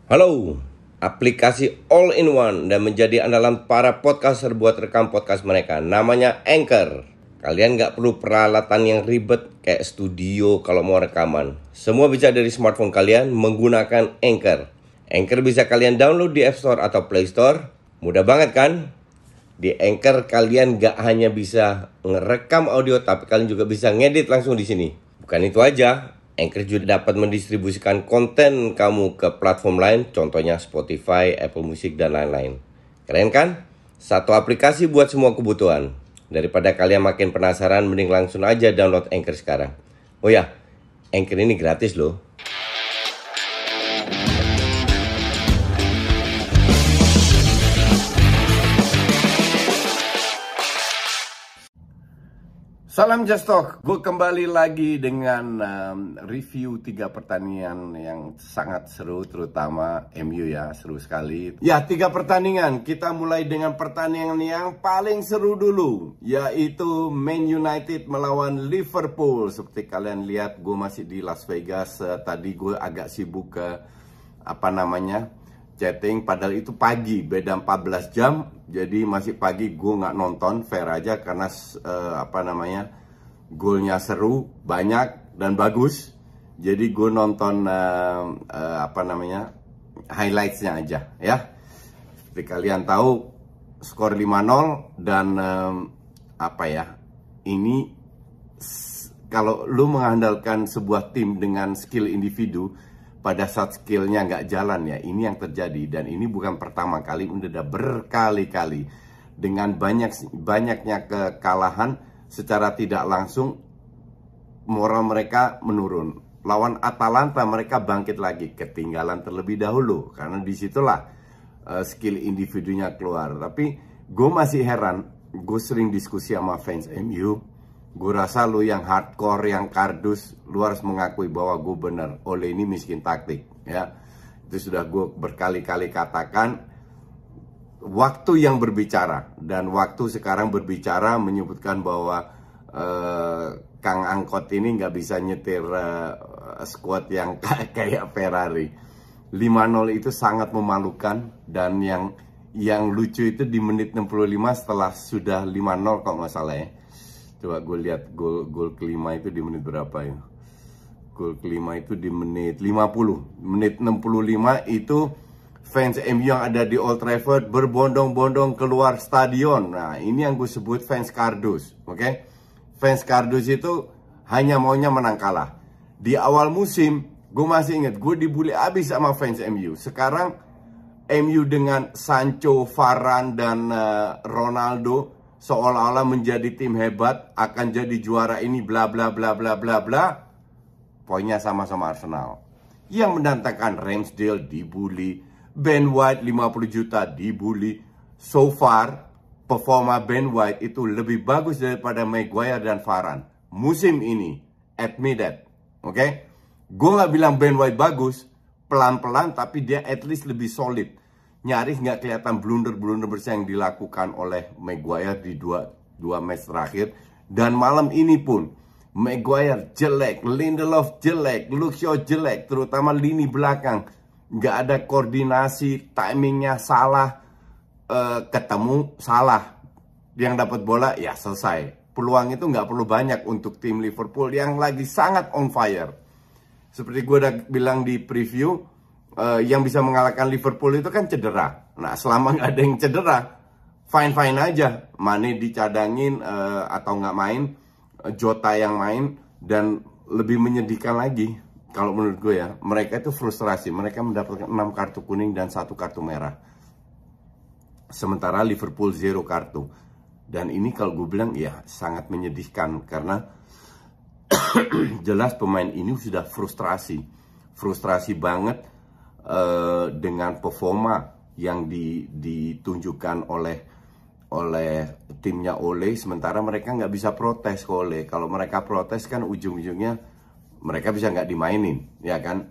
Halo, aplikasi all-in-one dan menjadi andalan para podcaster buat rekam podcast mereka. Namanya Anchor. Kalian nggak perlu peralatan yang ribet kayak studio kalau mau rekaman. Semua bisa dari smartphone kalian menggunakan Anchor. Anchor bisa kalian download di App Store atau Play Store. Mudah banget kan? Di Anchor kalian nggak hanya bisa ngerekam audio, tapi kalian juga bisa ngedit langsung di sini. Bukan itu aja, Anchor juga dapat mendistribusikan konten kamu ke platform lain, contohnya Spotify, Apple Music, dan lain-lain. Keren kan? Satu aplikasi buat semua kebutuhan. Daripada kalian makin penasaran, mending langsung aja download Anchor sekarang. Oh ya, Anchor ini gratis loh. Salam Just Talk, gue kembali lagi dengan review 3 pertandingan yang sangat seru, terutama MU ya, seru sekali. Ya, 3 pertandingan, kita mulai dengan pertandingan yang paling seru dulu, yaitu Man United melawan Liverpool. Seperti kalian lihat, gue masih di Las Vegas, tadi gue agak sibuk ke, chatting, padahal itu pagi, beda 14 jam, jadi masih pagi, gue nggak nonton, fair aja, karena golnya seru, banyak, dan bagus, jadi gue nonton highlightsnya aja, ya. Seperti kalian tahu, skor 5-0, dan ini, kalau lu mengandalkan sebuah tim dengan skill individu, pada saat skillnya nggak jalan ya, ini yang terjadi. Dan ini bukan pertama kali, udah berkali-kali. Dengan banyaknya kekalahan secara tidak langsung, moral mereka menurun. Lawan Atalanta mereka bangkit lagi, ketinggalan terlebih dahulu, karena disitulah skill individunya keluar. Tapi gue masih heran, gue sering diskusi sama fans MU. Gue rasa lu yang hardcore, yang kardus, lu harus mengakui bahwa gue bener. Ole ini miskin taktik, ya. Itu sudah gue berkali-kali katakan. Waktu yang berbicara, dan waktu sekarang berbicara menyebutkan bahwa Kang Angkot ini nggak bisa nyetir squad yang kayak Ferrari. 5-0 itu sangat memalukan, dan yang lucu itu di menit 65 setelah sudah 5-0 kalau nggak salah ya. Coba gue lihat gol kelima itu di menit berapa ya? Gol kelima itu di menit 50. Menit 65 itu fans MU yang ada di Old Trafford berbondong-bondong keluar stadion. Nah, ini yang gue sebut fans kardus, oke? Fans kardus itu hanya maunya menang kalah. Di awal musim, gue masih ingat, gue dibully abis sama fans MU. Sekarang, MU dengan Sancho, Varane, dan Ronaldo seolah-olah menjadi tim hebat, akan jadi juara ini, bla bla bla bla bla bla. Poinnya sama-sama Arsenal. Yang mendatangkan Ramsdale dibully, Ben White 50 juta dibully. So far, performa Ben White itu lebih bagus daripada Maguire dan Varane musim ini. Admit that, oke? Gue nggak bilang Ben White bagus, pelan-pelan, tapi dia at least lebih solid. Nyaris nggak kelihatan blunder-blunder besar yang dilakukan oleh Maguire di dua match terakhir. Dan malam ini pun Maguire jelek, Lindelof jelek, Luke Shaw jelek, terutama lini belakang. Nggak ada koordinasi, timingnya salah, ketemu salah. Yang dapat bola ya selesai. Peluang itu nggak perlu banyak untuk tim Liverpool yang lagi sangat on fire. Seperti gue udah bilang di preview, yang bisa mengalahkan Liverpool itu kan cedera. Nah, selama nggak ada yang cedera, fine-fine aja. Mane dicadangin atau nggak main, Jota yang main, dan lebih menyedihkan lagi, kalau menurut gue ya, mereka itu frustrasi. Mereka mendapatkan 6 kartu kuning dan 1 kartu merah. Sementara Liverpool 0 kartu. Dan ini kalau gue bilang ya sangat menyedihkan, karena jelas pemain ini sudah frustrasi. Frustrasi banget dengan performa yang ditunjukkan oleh timnya Ole, sementara mereka nggak bisa protes ke Ole. Kalau mereka protes kan ujung-ujungnya mereka bisa nggak dimainin, ya kan?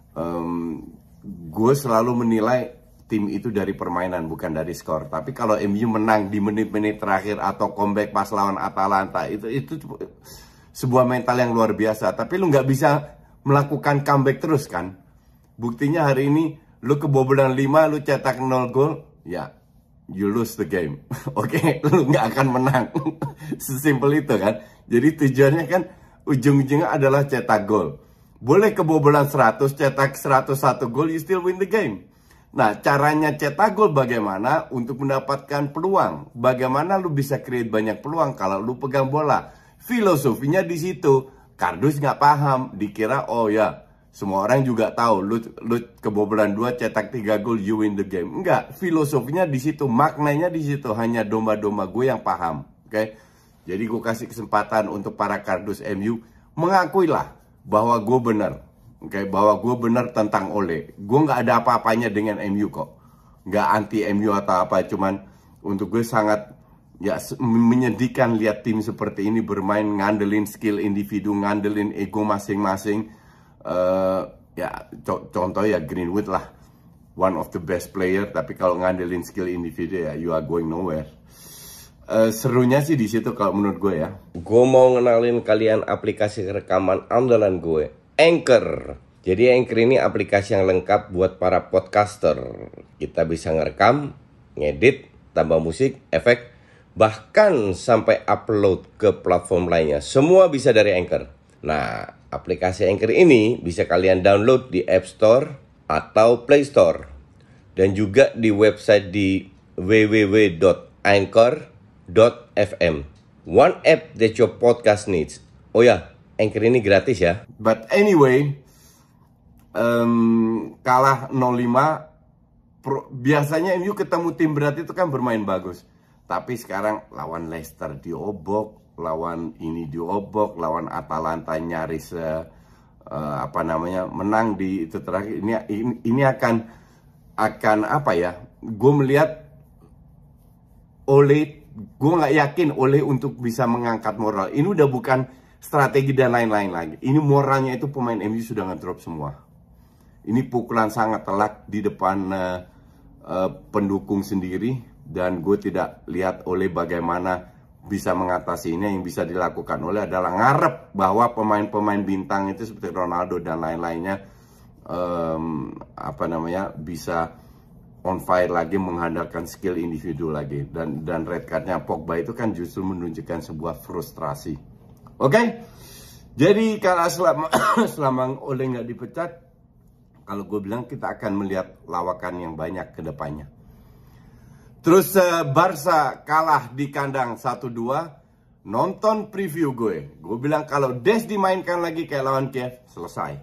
Gue selalu menilai tim itu dari permainan, bukan dari skor. Tapi kalau MU menang di menit-menit terakhir atau comeback pas lawan Atalanta, itu sebuah mental yang luar biasa. Tapi lu nggak bisa melakukan comeback terus kan? Buktinya hari ini Lu kebobolan 5, lu cetak 0 gol, ya you lose the game. Oke, lu nggak akan menang. Sesimpel itu kan. Jadi tujuannya kan ujung-ujungnya adalah cetak gol. Boleh kebobolan 100, cetak 101 gol, you still win the game. Nah, caranya cetak gol bagaimana untuk mendapatkan peluang? Bagaimana lu bisa create banyak peluang kalau lu pegang bola? Filosofinya di situ. Kardus nggak paham, dikira oh ya, semua orang juga tahu lu kebobolan 2 cetak 3 gol you win the game. Enggak, filosofinya di situ, maknanya di situ, hanya domba-domba gue yang paham. Oke. Jadi gue kasih kesempatan untuk para kardus MU, mengakuilah bahwa gue benar. Oke, bahwa gue benar tentang Ole. Gue nggak ada apa-apanya dengan MU kok. Nggak anti MU atau apa. Cuman untuk gue sangat ya menyedihkan lihat tim seperti ini bermain ngandelin skill individu, ngandelin ego masing-masing. Ya contoh ya Greenwood lah. One of the best player. Tapi kalau ngandelin skill individu ya you are going nowhere. Serunya sih di situ kalau menurut gue ya. Gue mau ngenalin kalian aplikasi rekaman andalan gue. Anchor. Jadi Anchor ini aplikasi yang lengkap buat para podcaster. Kita bisa ngerekam, ngedit, tambah musik, efek, bahkan sampai upload ke platform lainnya. Semua bisa dari Anchor. Nah, aplikasi Anchor ini bisa kalian download di App Store atau Play Store. Dan juga di website di www.anchor.fm. One app that your podcast needs. Oh ya, Anchor ini gratis ya. But anyway, kalah 0-5. Biasanya MU ketemu tim berat itu kan bermain bagus. Tapi sekarang lawan Leicester diobok, lawan ini diobok, lawan Atalanta nyaris menang di itu terakhir. Ini akan apa ya? Gue melihat Ole, gue nggak yakin Ole untuk bisa mengangkat moral. Ini udah bukan strategi dan lain-lain lagi. Ini moralnya itu pemain MU sudah ngedrop semua. Ini pukulan sangat telak di depan pendukung sendiri. Dan gue tidak lihat oleh bagaimana bisa mengatasi ini. Yang bisa dilakukan oleh adalah ngarep bahwa pemain-pemain bintang itu seperti Ronaldo dan lain-lainnya bisa on fire lagi, mengandalkan skill individu lagi. Dan red cardnya Pogba itu kan justru menunjukkan sebuah frustrasi. Oke, jadi kalau selama Ole nggak dipecat, kalau gue bilang kita akan melihat lawakan yang banyak ke depannya. Terus Barca kalah di kandang 1-2. Nonton preview gue bilang kalau Des dimainkan lagi kayak lawan Kiev, selesai.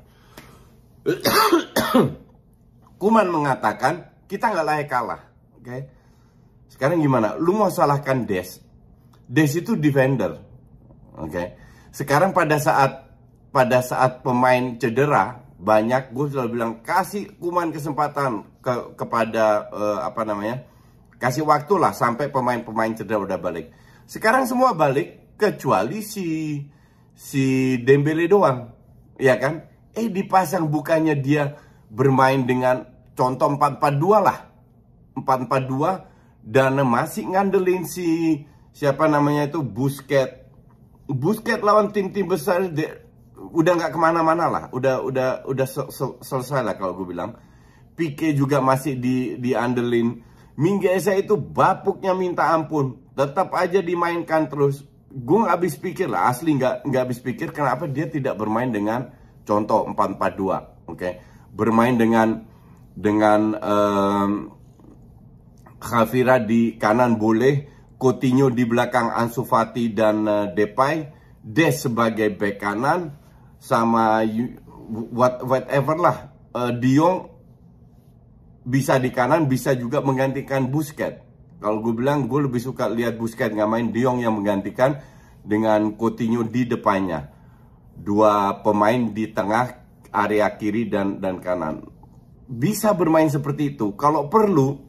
Kuman mengatakan kita nggak layak kalah. Oke. Sekarang gimana? Lu mau salahkan Des? Des itu defender. Oke. Sekarang pada saat pemain cedera banyak, gue selalu bilang kasih Kuman kesempatan kepada kasih waktu lah sampai pemain-pemain cedera udah balik. Sekarang semua balik kecuali si Dembele doang, ya kan? Dipasang bukannya dia bermain dengan contoh 4-4-2 lah, 4-4-2 dan masih ngandelin Busquets lawan tim-tim besar udah nggak kemana-mana lah, udah selesai lah kalau gue bilang. Pique juga masih diandelin. Mingueza itu bapuknya minta ampun, tetap aja dimainkan terus. Gue nggak habis pikir lah, asli nggak habis pikir kenapa dia tidak bermain dengan contoh 4-4-2, oke? Bermain dengan Khafira di kanan boleh. Coutinho di belakang Ansu Fati dan Depay, Des sebagai bek kanan, sama whatever lah. De Jong bisa di kanan, bisa juga menggantikan Busquets. Kalau gue bilang gue lebih suka lihat Busquets nggak main, De Jong yang menggantikan dengan Coutinho di depannya. Dua pemain di tengah area kiri dan kanan. Bisa bermain seperti itu. Kalau perlu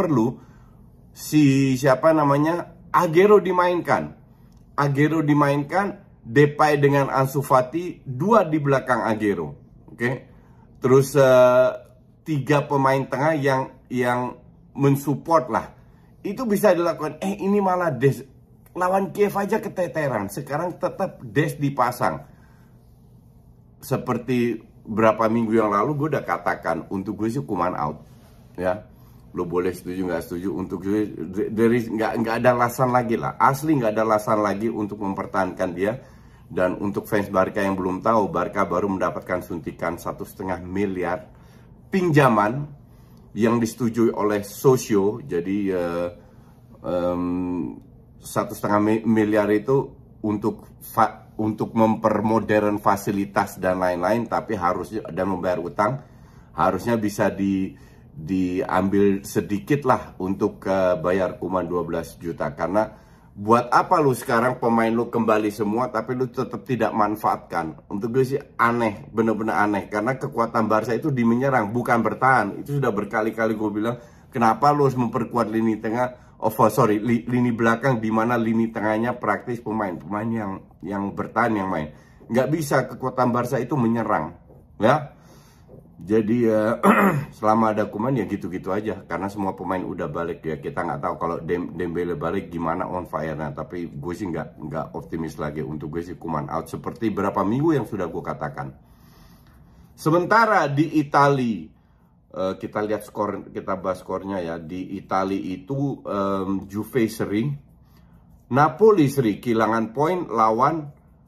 Aguero dimainkan, Depay dengan Ansu Fati, dua di belakang Aguero, oke? Terus 3 pemain tengah yang mensupport lah, itu bisa dilakukan. Ini malah Des lawan Kiev aja keteteran, sekarang tetap Des dipasang seperti berapa minggu yang lalu gue udah katakan untuk gue sih Koeman out, ya. Lo boleh setuju nggak setuju, untuk gue dari nggak ada alasan lagi lah, asli nggak ada alasan lagi untuk mempertahankan dia. Dan untuk fans Barca yang belum tahu, Barca baru mendapatkan suntikan 1,5 miliar pinjaman yang disetujui oleh Socio. Jadi 1,5 miliar itu untuk mempermodern fasilitas dan lain-lain, tapi harusnya, dan membayar utang, harusnya bisa diambil sedikit lah untuk bayar Koeman 12 juta. Karena buat apa lu sekarang pemain lu kembali semua tapi lu tetap tidak manfaatkan? Untuk gue sih aneh, bener-bener aneh. Karena kekuatan Barca itu di menyerang, bukan bertahan. Itu sudah berkali-kali gue bilang, kenapa lu harus memperkuat lini tengah, lini belakang, di mana lini tengahnya praktis pemain yang bertahan yang main. Nggak bisa, kekuatan Barca itu menyerang, ya. Jadi selama ada Koeman ya gitu-gitu aja, karena semua pemain udah balik ya. Kita nggak tahu kalau Dembele balik gimana on fire-nya, tapi gue sih nggak optimis lagi. Untuk gue sih Koeman out, seperti berapa minggu yang sudah gue katakan. Sementara di Italia, kita lihat skor, kita bahas skornya ya. Di Italia itu Juve seri, Napoli seri, kehilangan poin lawan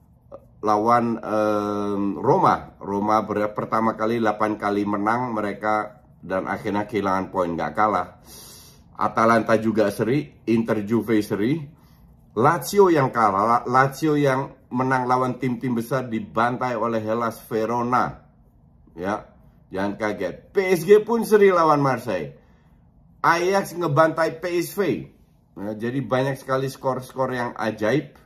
Roma pertama kali 8 kali menang mereka dan akhirnya kehilangan poin, nggak kalah. Atalanta juga seri, Inter Juve seri, Lazio yang kalah, Lazio yang menang lawan tim-tim besar dibantai oleh Hellas Verona, ya, jangan kaget. PSG pun seri lawan Marseille, Ajax ngebantai PSV, ya, jadi banyak sekali skor-skor yang ajaib.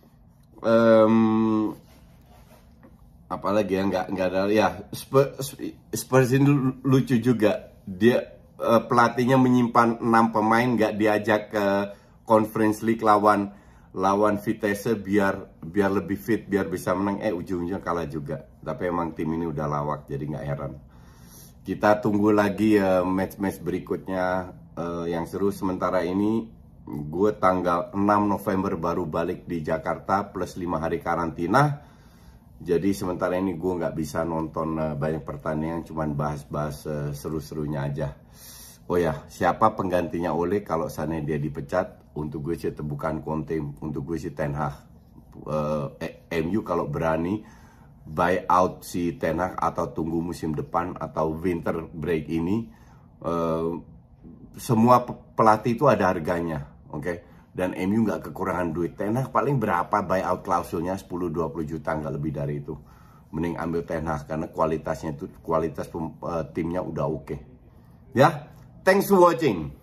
Apalagi ya, nggak ada ya. Spurs ini lucu juga, dia pelatihnya menyimpan 6 pemain, nggak diajak ke Conference League lawan Vitesse biar lebih fit, biar bisa menang. Ujung-ujungnya kalah juga. Tapi emang tim ini udah lawak, jadi nggak heran. Kita tunggu lagi match-match berikutnya yang seru. Sementara ini gue tanggal 6 November baru balik di Jakarta plus 5 hari karantina. Jadi sementara ini gue nggak bisa nonton banyak pertandingan, cuman bahas-bahas seru-serunya aja. Oh ya, siapa penggantinya Ole kalau seandainya dia dipecat? Untuk gue sih bukan Conte, untuk gue sih Ten Hag. MU kalau berani buy out si Ten Hag atau tunggu musim depan atau winter break ini, semua pelatih itu ada harganya, oke? Dan MU nggak kekurangan duit. Ten Hag paling berapa buyout klausulnya? 10-20 juta, nggak lebih dari itu. Mending ambil Ten Hag karena kualitas timnya udah oke. Ya, thanks for watching.